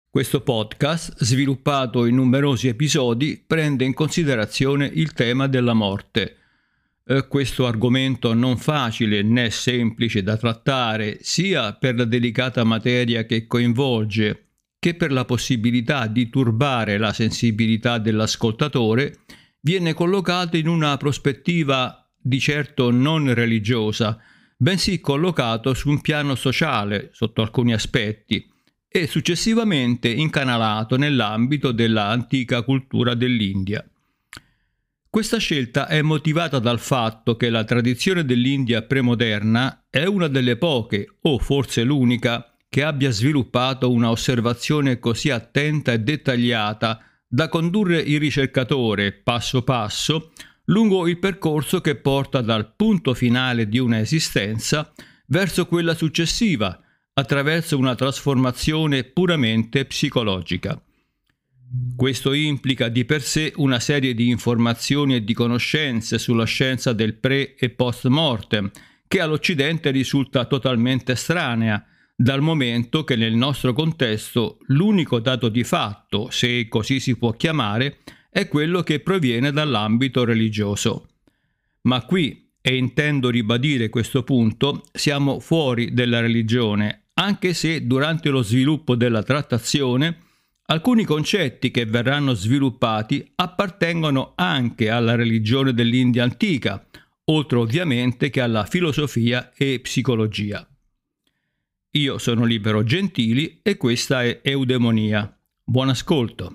Questo podcast, sviluppato in numerosi episodi, prende in considerazione il tema della morte. Questo argomento non facile né semplice da trattare, sia per la delicata materia che coinvolge, che per la possibilità di turbare la sensibilità dell'ascoltatore, viene collocato in una prospettiva di certo non religiosa, bensì collocato su un piano sociale sotto alcuni aspetti, e successivamente incanalato nell'ambito della antica cultura dell'India. Questa scelta è motivata dal fatto che la tradizione dell'India premoderna è una delle poche, o forse l'unica, che abbia sviluppato una osservazione così attenta e dettagliata da condurre il ricercatore passo passo lungo il percorso che porta dal punto finale di una esistenza verso quella successiva, attraverso una trasformazione puramente psicologica. Questo implica di per sé una serie di informazioni e di conoscenze sulla scienza del pre- e post-mortem, che all'Occidente risulta totalmente estranea, dal momento che nel nostro contesto l'unico dato di fatto, se così si può chiamare, è quello che proviene dall'ambito religioso. Ma qui, e intendo ribadire questo punto, siamo fuori della religione, anche se durante lo sviluppo della trattazione alcuni concetti che verranno sviluppati appartengono anche alla religione dell'India antica, oltre ovviamente che alla filosofia e psicologia. Io sono Libero Gentili e questa è Eudemonia. Buon ascolto!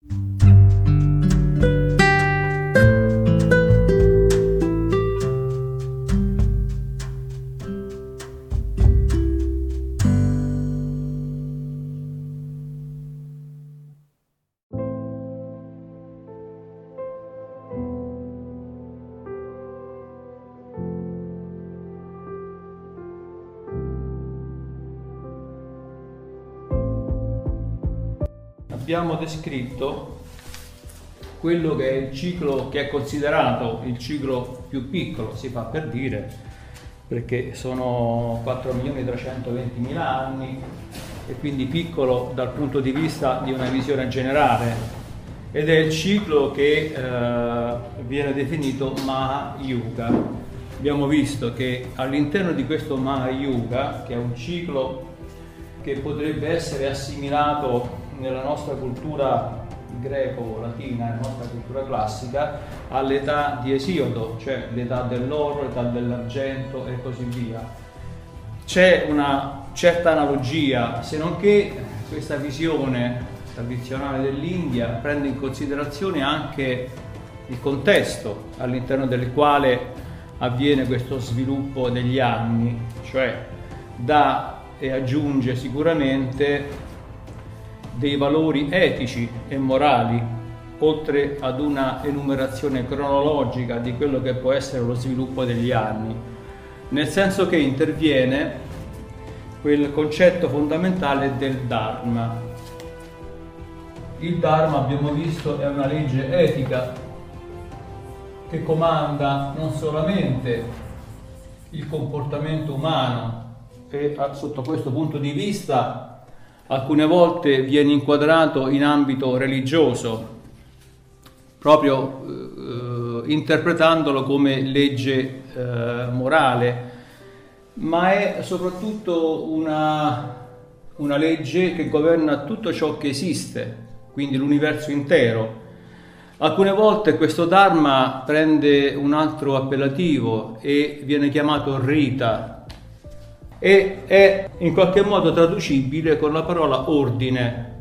Abbiamo descritto quello che è il ciclo che è considerato il ciclo più piccolo, si fa per dire, perché sono 4.320.000 anni e quindi piccolo dal punto di vista di una visione generale, ed è il ciclo che viene definito Mahayuga. Abbiamo visto che all'interno di questo Mahayuga, che è un ciclo che potrebbe essere assimilato nella nostra cultura greco-latina, nella nostra cultura classica, all'età di Esiodo, cioè l'età dell'oro, l'età dell'argento e così via. C'è una certa analogia, se non che questa visione tradizionale dell'India prende in considerazione anche il contesto all'interno del quale avviene questo sviluppo degli anni, cioè dà e aggiunge sicuramente dei valori etici e morali, oltre ad una enumerazione cronologica di quello che può essere lo sviluppo degli anni, nel senso che interviene quel concetto fondamentale del Dharma. Il Dharma, abbiamo visto, è una legge etica che comanda non solamente il comportamento umano, e sotto questo punto di vista alcune volte viene inquadrato in ambito religioso, proprio interpretandolo come legge morale, ma è soprattutto una legge che governa tutto ciò che esiste, quindi l'universo intero. Alcune volte questo Dharma prende un altro appellativo e viene chiamato Rita, e è in qualche modo traducibile con la parola ordine,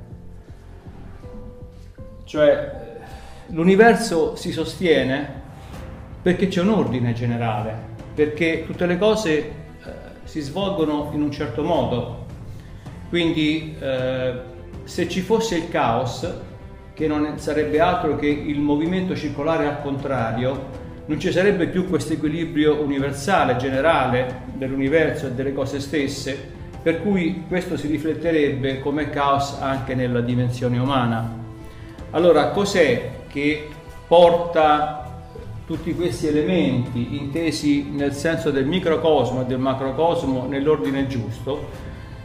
cioè l'universo si sostiene perché c'è un ordine generale, perché tutte le cose si svolgono in un certo modo. Quindi se ci fosse il caos, che non sarebbe altro che il movimento circolare al contrario, non ci sarebbe più questo equilibrio universale, generale dell'universo e delle cose stesse, per cui questo si rifletterebbe come caos anche nella dimensione umana. Allora, cos'è che porta tutti questi elementi, intesi nel senso del microcosmo e del macrocosmo, nell'ordine giusto?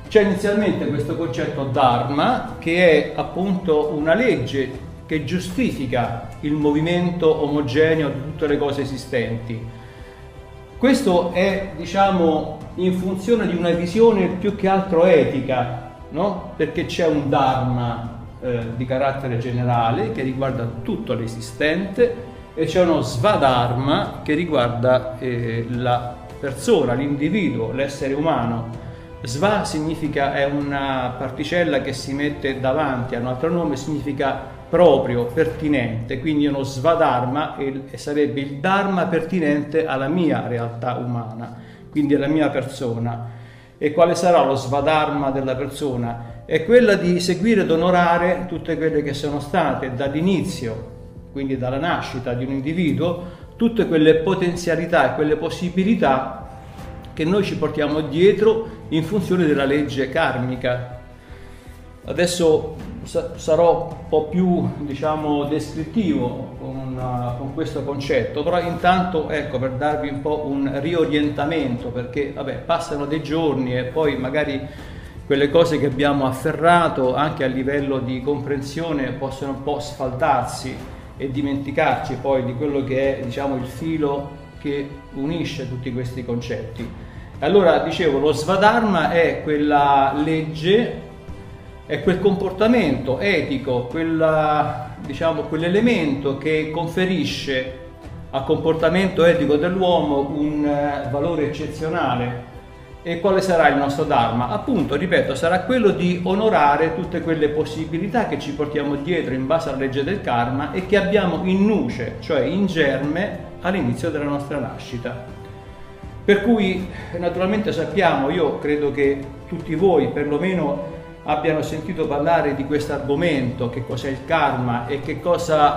C'è inizialmente questo concetto Dharma, che è appunto una legge che giustifica il movimento omogeneo di tutte le cose esistenti. Questo è, diciamo, in funzione di una visione più che altro etica, no? Perché c'è un Dharma di carattere generale che riguarda tutto l'esistente e c'è uno Svadharma che riguarda la persona, l'individuo, l'essere umano. Sva significa, è una particella che si mette davanti a un altro nome, significa proprio, pertinente, quindi uno Svadharma e sarebbe il Dharma pertinente alla mia realtà umana, quindi alla mia persona. E quale sarà lo Svadharma della persona? È quella di seguire ed onorare tutte quelle che sono state dall'inizio, quindi dalla nascita di un individuo, tutte quelle potenzialità e quelle possibilità che noi ci portiamo dietro in funzione della legge karmica. Adesso sarò un po' più, diciamo, descrittivo con questo concetto, però intanto, ecco, per darvi un po' un riorientamento, perché vabbè, passano dei giorni e poi magari quelle cose che abbiamo afferrato anche a livello di comprensione possono un po' sfaldarsi e dimenticarci poi di quello che è, diciamo, il filo che unisce tutti questi concetti. Allora, dicevo, lo Svadharma è quella legge, è quel comportamento etico, quell'elemento che conferisce al comportamento etico dell'uomo un valore eccezionale. E quale sarà il nostro Dharma? Appunto, ripeto, sarà quello di onorare tutte quelle possibilità che ci portiamo dietro in base alla legge del karma e che abbiamo in nuce, cioè in germe, all'inizio della nostra nascita. Per cui naturalmente sappiamo, io credo che tutti voi perlomeno abbiano sentito parlare di questo argomento, che cos'è il karma e che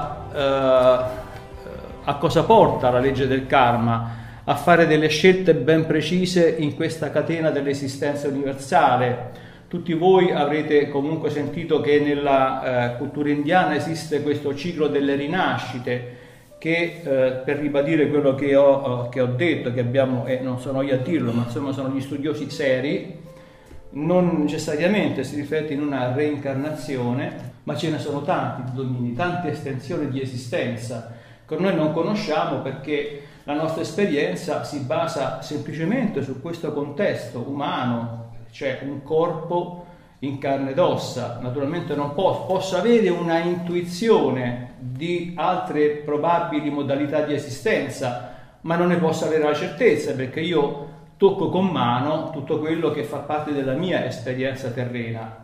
a cosa porta la legge del karma, a fare delle scelte ben precise in questa catena dell'esistenza universale. Tutti voi avrete comunque sentito che nella cultura indiana esiste questo ciclo delle rinascite, che per ribadire quello che ho detto, che abbiamo, e non sono io a dirlo, ma insomma sono gli studiosi seri, non necessariamente si riflette in una reincarnazione, ma ce ne sono tanti domini, tante estensioni di esistenza che noi non conosciamo perché la nostra esperienza si basa semplicemente su questo contesto umano, cioè un corpo in carne ed ossa. Naturalmente non posso avere una intuizione di altre probabili modalità di esistenza, ma non ne posso avere la certezza perché io tocco con mano tutto quello che fa parte della mia esperienza terrena.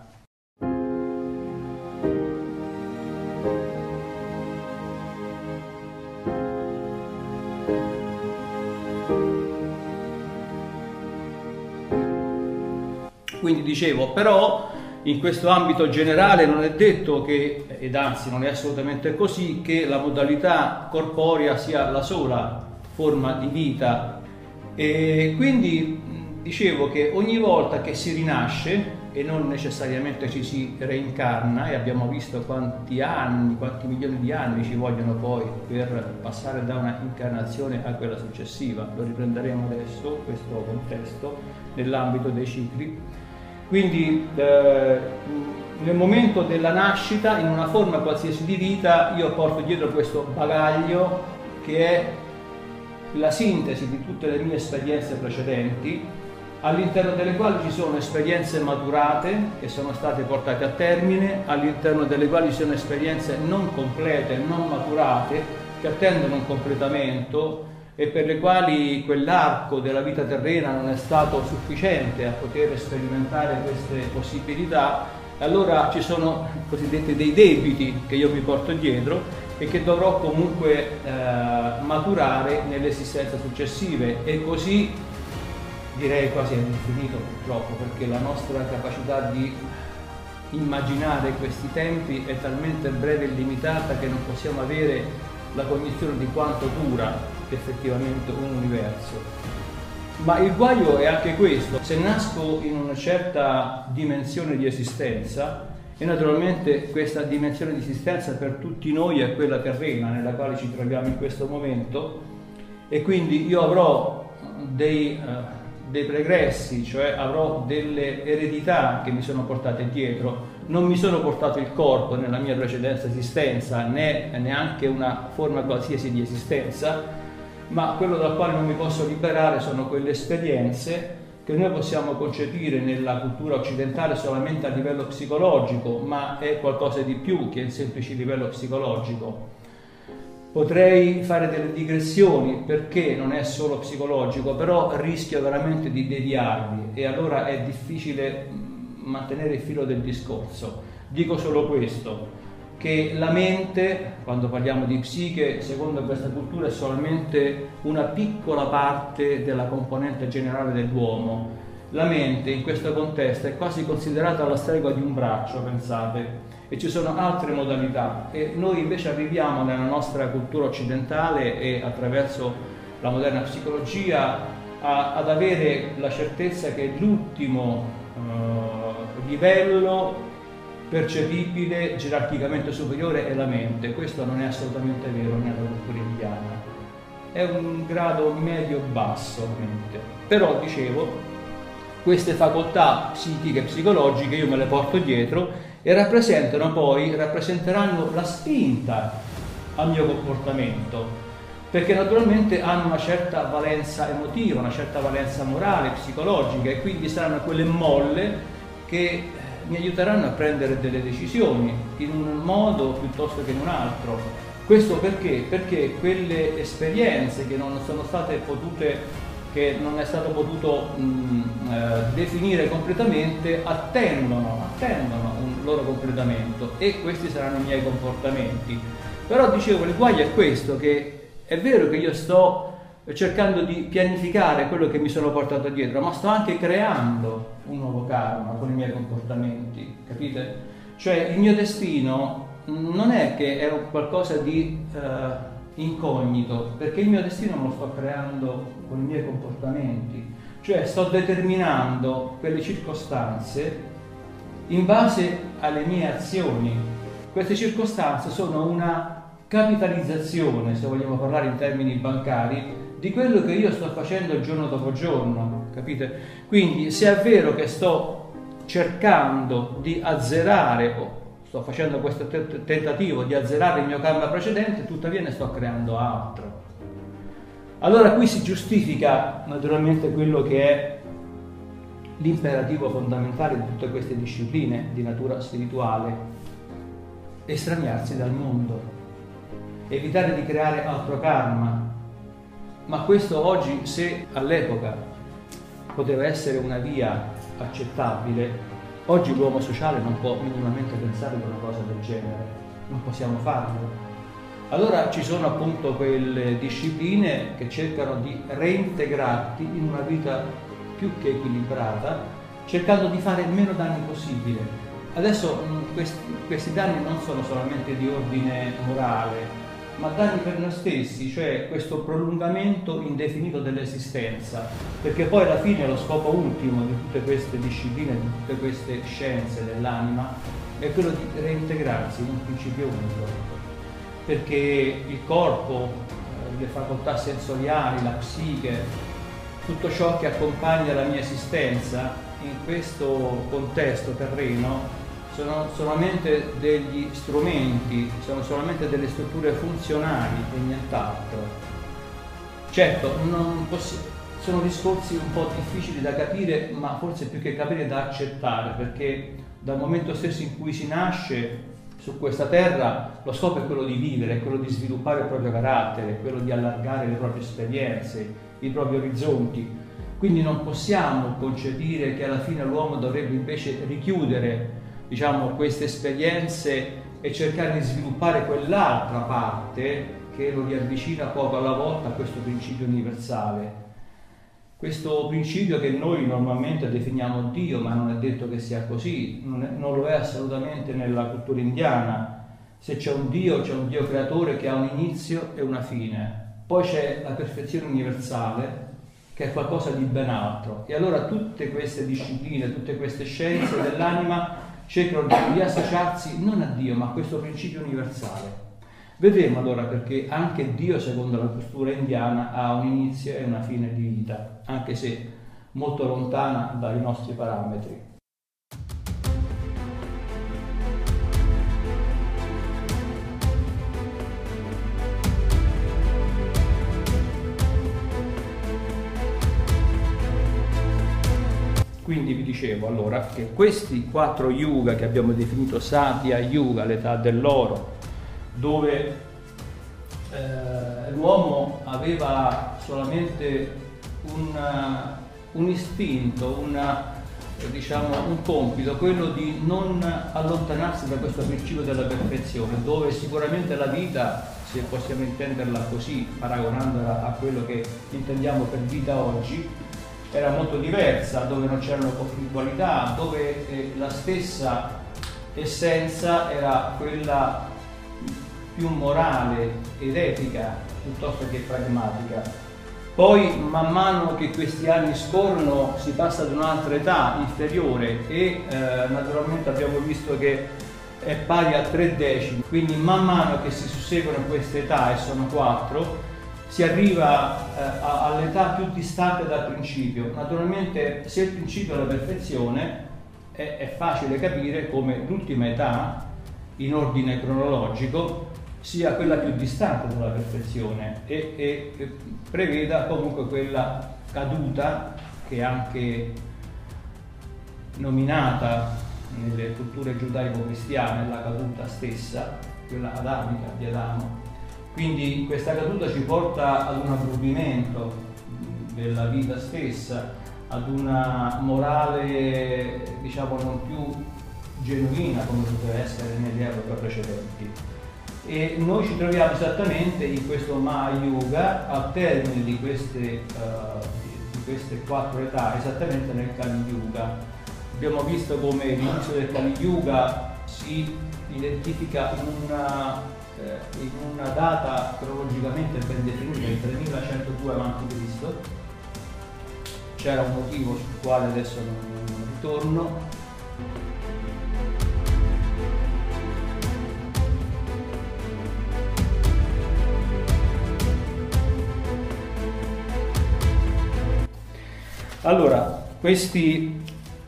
Quindi dicevo, però in questo ambito generale non è detto che, ed anzi non è assolutamente così, che la modalità corporea sia la sola forma di vita. E quindi dicevo che ogni volta che si rinasce, e non necessariamente ci si reincarna, e abbiamo visto quanti milioni di anni ci vogliono poi per passare da una incarnazione a quella successiva, lo riprenderemo adesso, questo contesto, nell'ambito dei cicli. Quindi nel momento della nascita, in una forma qualsiasi di vita, io porto dietro questo bagaglio che è la sintesi di tutte le mie esperienze precedenti, all'interno delle quali ci sono esperienze maturate che sono state portate a termine, all'interno delle quali ci sono esperienze non complete, non maturate, che attendono un completamento e per le quali quell'arco della vita terrena non è stato sufficiente a poter sperimentare queste possibilità. Allora ci sono cosiddetti dei debiti che io mi porto dietro e che dovrò comunque maturare nelle esistenze successive, e così direi quasi all'infinito purtroppo, perché la nostra capacità di immaginare questi tempi è talmente breve e limitata che non possiamo avere la cognizione di quanto dura effettivamente un universo. Ma il guaio è anche questo: se nasco in una certa dimensione di esistenza, e naturalmente questa dimensione di esistenza per tutti noi è quella terrena nella quale ci troviamo in questo momento, e quindi io avrò dei pregressi, cioè avrò delle eredità che mi sono portate dietro. Non mi sono portato il corpo nella mia precedente esistenza, né neanche una forma qualsiasi di esistenza, ma quello dal quale non mi posso liberare sono quelle esperienze che noi possiamo concepire nella cultura occidentale solamente a livello psicologico, ma è qualcosa di più che il semplice livello psicologico. Potrei fare delle digressioni perché non è solo psicologico, però rischio veramente di deviarvi e allora è difficile mantenere il filo del discorso. Dico solo questo, che la mente, quando parliamo di psiche, secondo questa cultura è solamente una piccola parte della componente generale dell'uomo. La mente in questo contesto è quasi considerata alla stregua di un braccio, pensate, e ci sono altre modalità e noi invece arriviamo nella nostra cultura occidentale e attraverso la moderna psicologia ad avere la certezza che l'ultimo livello percepibile, gerarchicamente superiore è la mente. Questo non è assolutamente vero nella cultura indiana, è un grado medio-basso mente. Però dicevo, queste facoltà psichiche e psicologiche io me le porto dietro e rappresenteranno la spinta al mio comportamento, perché naturalmente hanno una certa valenza emotiva, una certa valenza morale, psicologica, e quindi saranno quelle molle che mi aiuteranno a prendere delle decisioni in un modo piuttosto che in un altro. Questo perché? Perché quelle esperienze che non sono state potute, che non è stato potuto definire completamente, attendono un loro completamento e questi saranno i miei comportamenti. Però dicevo, il guaio è questo, che è vero che io sto cercando di pianificare quello che mi sono portato dietro, ma sto anche creando un nuovo karma con i miei comportamenti, capite? Cioè il mio destino non è che è qualcosa di incognito, perché il mio destino me lo sto creando con i miei comportamenti, cioè sto determinando quelle circostanze in base alle mie azioni. Queste circostanze sono una capitalizzazione, se vogliamo parlare in termini bancari, di quello che io sto facendo giorno dopo giorno, capite? Quindi se è vero che sto cercando di azzerare o sto facendo questo tentativo di azzerare il mio karma precedente, tuttavia ne sto creando altro. Allora qui si giustifica naturalmente quello che è l'imperativo fondamentale di tutte queste discipline di natura spirituale: estraniarsi dal mondo, evitare di creare altro karma. Ma questo oggi, se all'epoca poteva essere una via accettabile, oggi l'uomo sociale non può minimamente pensare ad una cosa del genere, non possiamo farlo. Allora ci sono appunto quelle discipline che cercano di reintegrarti in una vita più che equilibrata, cercando di fare il meno danni possibile. Adesso questi danni non sono solamente di ordine morale, ma danni per noi stessi, cioè questo prolungamento indefinito dell'esistenza, perché poi alla fine lo scopo ultimo di tutte queste discipline, di tutte queste scienze dell'anima, è quello di reintegrarsi in un principio unico, perché il corpo, le facoltà sensoriali, la psiche, tutto ciò che accompagna la mia esistenza in questo contesto terreno sono solamente degli strumenti, sono solamente delle strutture funzionali e nient'altro. Certo, sono discorsi un po' difficili da capire, ma forse più che capire da accettare, perché dal momento stesso in cui si nasce su questa terra lo scopo è quello di vivere, è quello di sviluppare il proprio carattere, è quello di allargare le proprie esperienze, i propri orizzonti. Quindi non possiamo concepire che alla fine l'uomo dovrebbe invece richiudere, diciamo, queste esperienze e cercare di sviluppare quell'altra parte che lo riavvicina poco alla volta a questo principio universale. Questo principio che noi normalmente definiamo Dio, ma non è detto che sia così, non lo è assolutamente nella cultura indiana. Se c'è un Dio creatore che ha un inizio e una fine. Poi c'è la perfezione universale, che è qualcosa di ben altro. E allora tutte queste discipline, tutte queste scienze dell'anima cercano di riassociarsi non a Dio, ma a questo principio universale. Vedremo allora perché anche Dio, secondo la cultura indiana, ha un inizio e una fine di vita, anche se molto lontana dai nostri parametri. Quindi vi dicevo allora che questi 4 yuga che abbiamo definito Satya Yuga, l'età dell'oro, dove l'uomo aveva solamente un istinto, un compito, quello di non allontanarsi da questo principio della perfezione, dove sicuramente la vita, se possiamo intenderla così, paragonandola a quello che intendiamo per vita oggi, era molto diversa, dove non c'erano conflittualità, dove la stessa essenza era quella più morale ed etica piuttosto che pragmatica. Poi man mano che questi anni scorrono si passa ad un'altra età inferiore e naturalmente abbiamo visto che è pari a 3 decimi, quindi man mano che si susseguono queste età, e sono 4, si arriva all'età più distante dal principio. Naturalmente, se il principio è la perfezione, è facile capire come l'ultima età, in ordine cronologico, sia quella più distante dalla perfezione e preveda comunque quella caduta, che è anche nominata nelle culture giudaico-cristiane la caduta stessa, quella adamica di Adamo. Quindi questa caduta ci porta ad un abbrutimento della vita stessa, ad una morale, diciamo, non più genuina come poteva essere nelle epoche precedenti. E noi ci troviamo esattamente in questo Mahayuga, al termine di queste 4 età, esattamente nel Kali Yuga. Abbiamo visto come l'inizio del Kali Yuga si identifica in una data cronologicamente ben definita, il 3102 a.C. C'era un motivo sul quale adesso non ritorno. Allora, queste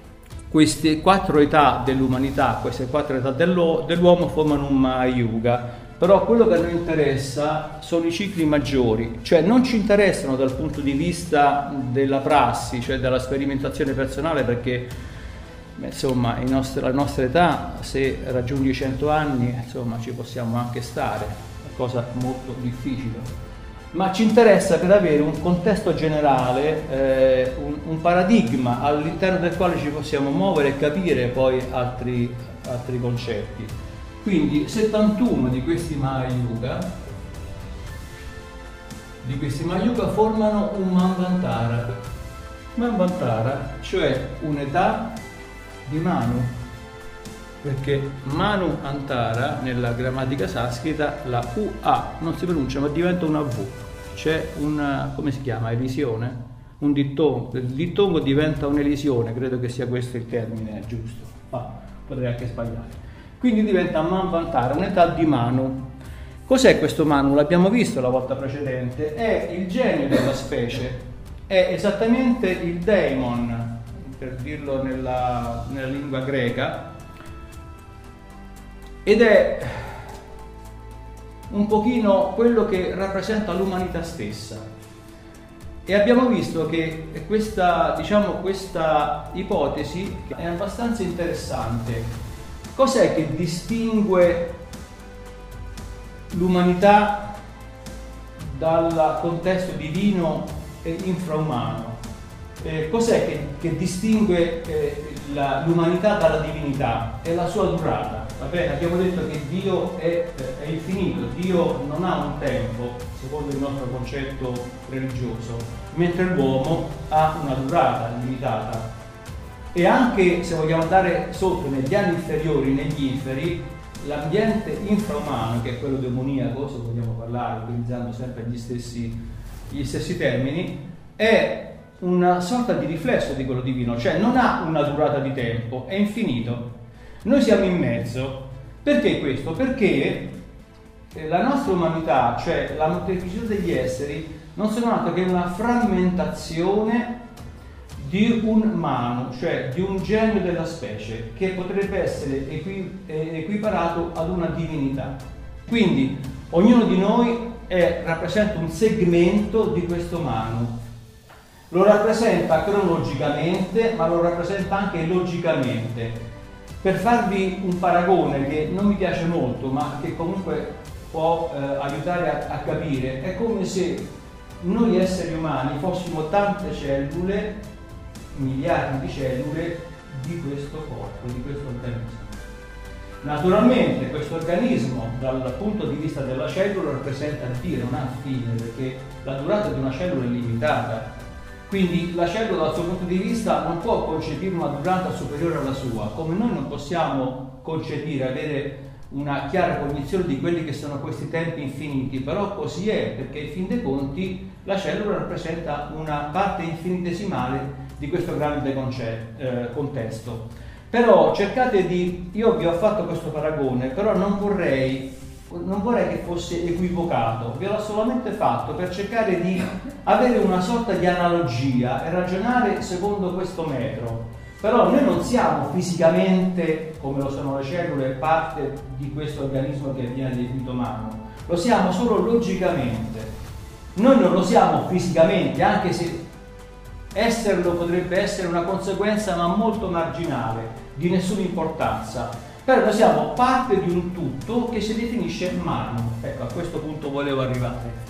4 età dell'umanità, queste 4 età dell'uomo formano un Mahayuga. Però quello che a noi interessa sono i cicli maggiori, cioè non ci interessano dal punto di vista della prassi, cioè della sperimentazione personale, perché insomma la nostra età, se raggiungi 100 anni, insomma ci possiamo anche stare, è cosa molto difficile. Ma ci interessa per avere un contesto generale, un paradigma all'interno del quale ci possiamo muovere e capire poi altri concetti. Quindi 71 di questi Mahayuga formano un Manvantara. Manvantara, cioè un'età di Manu, perché Manu Antara nella grammatica sanscrita la UA non si pronuncia ma diventa una V. C'è una, come si chiama, elisione? Un dittongo. Il dittongo diventa un'elisione, credo che sia questo il termine giusto. Potrei anche sbagliare. Quindi diventa Manvantara, un'età di Manu. Cos'è questo Manu? L'abbiamo visto la volta precedente, è il genio della specie, è esattamente il daemon, per dirlo nella lingua greca, ed è un pochino quello che rappresenta l'umanità stessa. E abbiamo visto che questa ipotesi è abbastanza interessante. Cos'è che distingue l'umanità dal contesto divino e infraumano? Cos'è che distingue l'umanità dalla divinità? È la sua durata. Va bene? Abbiamo detto che Dio è infinito, Dio non ha un tempo, secondo il nostro concetto religioso, mentre l'uomo ha una durata limitata. E anche se vogliamo andare sotto negli anni inferiori, negli inferi, l'ambiente infraumano, che è quello demoniaco, se vogliamo parlare utilizzando sempre gli stessi termini, è una sorta di riflesso di quello divino, cioè non ha una durata di tempo, è infinito. Noi siamo in mezzo. Perché questo? Perché la nostra umanità, cioè la molteplicità degli esseri, non sono altro che una frammentazione di un manu, cioè di un genio della specie, che potrebbe essere equiparato ad una divinità. Quindi ognuno di noi rappresenta un segmento di questo manu. Lo rappresenta cronologicamente, ma lo rappresenta anche logicamente. Per farvi un paragone che non mi piace molto, ma che comunque può aiutare a capire, è come se noi esseri umani fossimo tante cellule, miliardi di cellule di questo corpo, di questo organismo. Naturalmente questo organismo dal punto di vista della cellula rappresenta Dio, non ha fine, perché la durata di una cellula è limitata. Quindi la cellula dal suo punto di vista non può concepire una durata superiore alla sua, come noi non possiamo concepire, avere una chiara cognizione di quelli che sono questi tempi infiniti, però così è, perché in fin dei conti la cellula rappresenta una parte infinitesimale di questo grande contesto. Però cercate io vi ho fatto questo paragone, però non vorrei che fosse equivocato, ve l'ho solamente fatto per cercare di avere una sorta di analogia e ragionare secondo questo metro. Però noi non siamo fisicamente, come lo sono le cellule, parte di questo organismo che viene definito umano, lo siamo solo logicamente. Noi non lo siamo fisicamente, anche se esserlo potrebbe essere una conseguenza ma molto marginale, di nessuna importanza. Però noi siamo parte di un tutto che si definisce manu. Ecco, a questo punto volevo arrivare.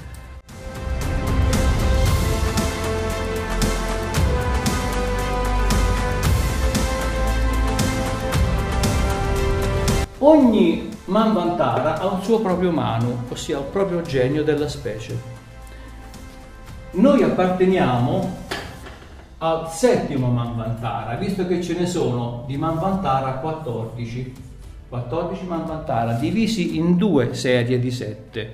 Ogni Manvantara ha un suo proprio manu, ossia un proprio genio della specie. Noi apparteniamo al settimo Manvantara, visto che ce ne sono di Manvantara 14 Manvantara divisi in 2 serie di 7.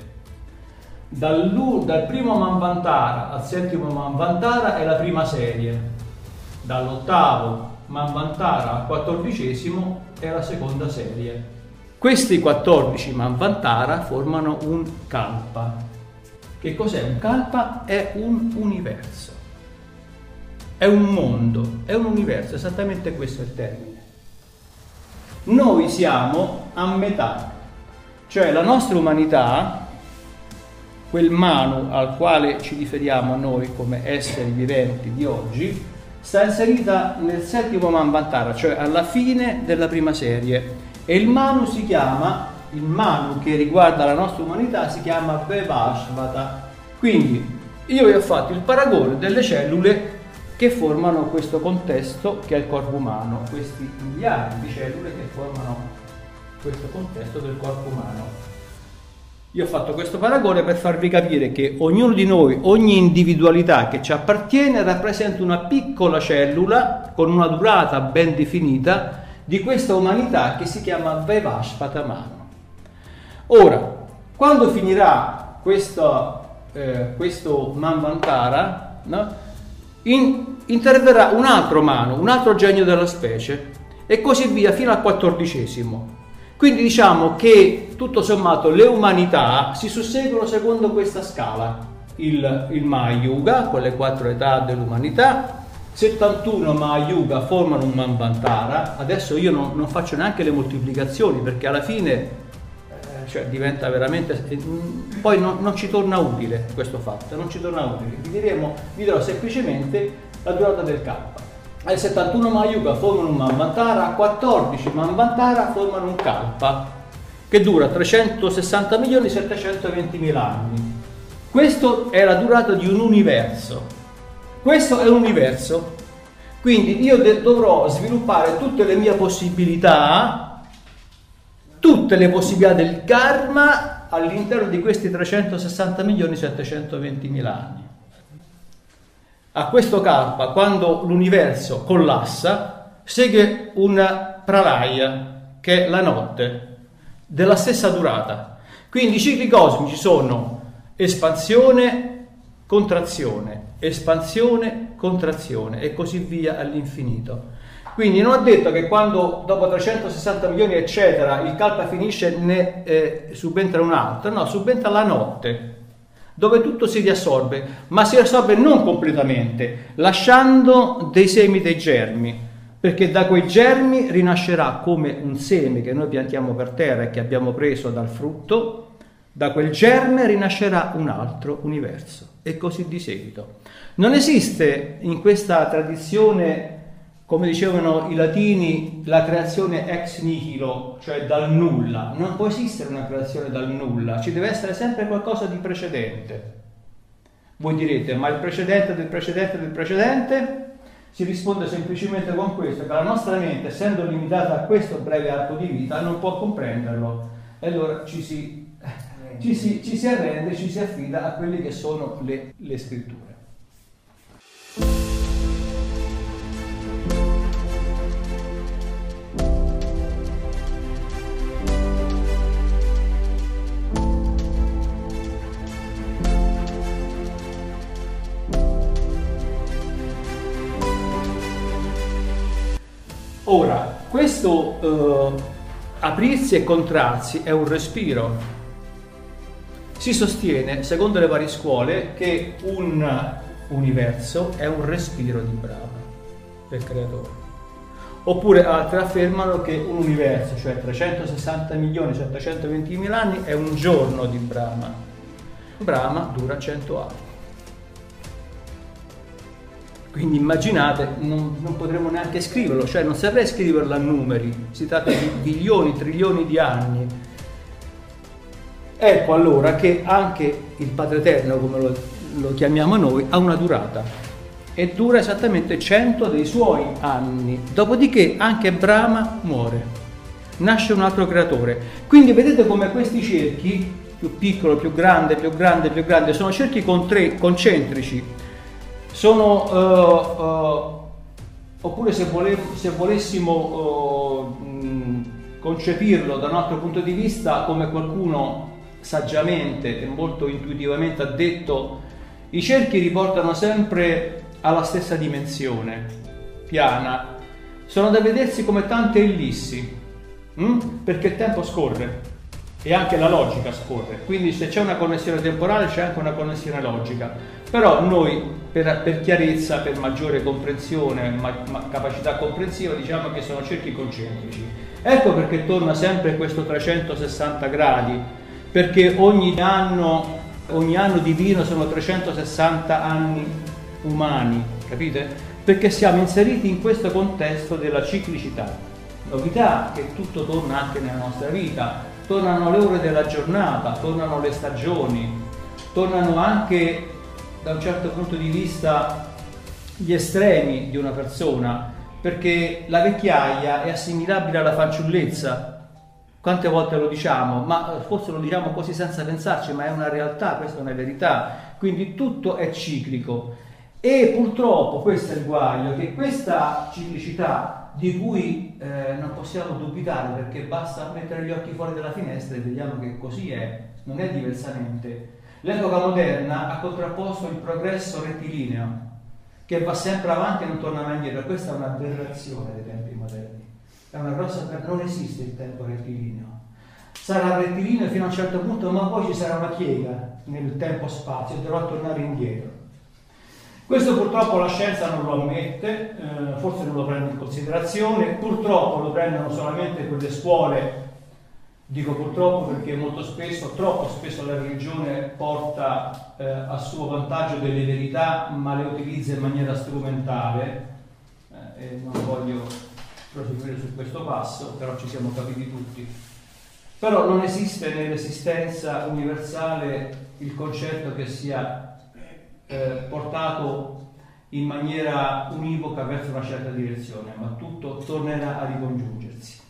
Dal primo Manvantara al settimo Manvantara è la prima serie, dall'ottavo Manvantara al 14° è la seconda serie. Questi 14 Manvantara formano un kalpa. Che cos'è un kalpa? È un universo, è un mondo, è un universo, esattamente questo è il termine. Noi siamo a metà, cioè la nostra umanità, quel manu al quale ci riferiamo noi come esseri viventi di oggi, sta inserita nel settimo Manvantara, cioè alla fine della prima serie, e il manu che riguarda la nostra umanità si chiama Vaivashvata. Quindi io vi ho fatto il paragone delle cellule che formano questo contesto che è il corpo umano, questi miliardi di cellule che formano questo contesto del corpo umano. Io ho fatto questo paragone per farvi capire che ognuno di noi, ogni individualità che ci appartiene rappresenta una piccola cellula con una durata ben definita di questa umanità che si chiama Vaivashvata manu. Ora, quando finirà questo Manvantara, no? Interverrà un altro manu, un altro genio della specie e così via fino al 14°. Quindi diciamo che tutto sommato le umanità si susseguono secondo questa scala: il Mahayuga con le 4 età dell'umanità, 71 Mahayuga formano un Manvantara. Adesso io non faccio neanche le moltiplicazioni perché alla fine diventa veramente, poi non ci torna utile questo fatto, non ci torna utile. Vi dirò semplicemente la durata del kalpa. Ai 71 Mahayuga formano un Manvantara, 14 Manvantara formano un kalpa che dura 360.720.000 anni. Questa è la durata di un universo. Questo è un universo. Quindi io dovrò sviluppare tutte le mie possibilità, tutte le possibilità del karma all'interno di questi 360.720.000 anni. A questo kalpa, quando l'universo collassa, segue una pralaya, che è la notte, della stessa durata. Quindi i cicli cosmici sono espansione, contrazione, espansione, contrazione e così via all'infinito. Quindi non ho detto che quando dopo 360 milioni eccetera il kalpa finisce ne subentra un altro, no, subentra la notte. dove tutto si riassorbe, ma si riassorbe non completamente, lasciando dei semi, dei germi, perché da quei germi rinascerà come un seme che noi piantiamo per terra e che abbiamo preso dal frutto, da quel germe rinascerà un altro universo, e così di seguito. Non esiste in questa tradizione, come dicevano i latini, la creazione ex nihilo, cioè dal nulla. Non può esistere una creazione dal nulla, ci deve essere sempre qualcosa di precedente. Voi direte, ma il precedente del precedente del precedente? Si risponde semplicemente con questo, che la nostra mente, essendo limitata a questo breve arco di vita, non può comprenderlo. E allora ci si arrende, ci si affida a quelle che sono le scritture. Ora, questo aprirsi e contrarsi è un respiro. Si sostiene, secondo le varie scuole, che un universo è un respiro di Brahma, del creatore. Oppure altre affermano che un universo, cioè 360.720.000 anni, è un giorno di Brahma. Brahma dura 100 anni. Quindi immaginate, non potremo neanche scriverlo, cioè non saprei scriverlo a numeri, si tratta di bilioni, trilioni di anni. Ecco allora che anche il Padre Eterno, come lo chiamiamo noi, ha una durata e dura esattamente 100 dei suoi anni. Dopodiché anche Brahma muore, nasce un altro creatore. Quindi vedete come questi cerchi, più piccolo, più grande, più grande, più grande, sono cerchi concentrici. Oppure se volessimo concepirlo da un altro punto di vista, come qualcuno saggiamente e molto intuitivamente ha detto, i cerchi riportano sempre alla stessa dimensione piana, sono da vedersi come tante ellissi, perché il tempo scorre e anche la logica scorre, quindi se c'è una connessione temporale c'è anche una connessione logica. Però noi, per chiarezza, per maggiore comprensione, capacità comprensiva, diciamo che sono cerchi concentrici. Ecco perché torna sempre questo 360 gradi, perché ogni anno divino sono 360 anni umani, capite? Perché siamo inseriti in questo contesto della ciclicità. Novità che tutto torna anche nella nostra vita, tornano le ore della giornata, tornano le stagioni, tornano anche da un certo punto di vista gli estremi di una persona, perché la vecchiaia è assimilabile alla fanciullezza. Quante volte lo diciamo, ma forse lo diciamo così senza pensarci, ma è una realtà, questa è una verità. Quindi tutto è ciclico e purtroppo questo è il guaio, che questa ciclicità di cui non possiamo dubitare, perché basta mettere gli occhi fuori dalla finestra e vediamo che così è, non è diversamente. L'epoca moderna ha contrapposto il progresso rettilineo, che va sempre avanti e non torna mai indietro. Questa è un'aberrazione dei tempi moderni. È una grossa, non esiste il tempo rettilineo. Sarà rettilineo fino a un certo punto, ma poi ci sarà una piega nel tempo-spazio e dovrà tornare indietro. Questo purtroppo la scienza non lo ammette, forse non lo prende in considerazione, purtroppo lo prendono solamente quelle scuole. Dico purtroppo perché molto spesso, troppo spesso la religione porta a suo vantaggio delle verità, ma le utilizza in maniera strumentale, e non voglio proseguire su questo passo, però ci siamo capiti tutti. Però non esiste nell'esistenza universale il concetto che sia portato in maniera univoca verso una certa direzione, ma tutto tornerà a ricongiungersi.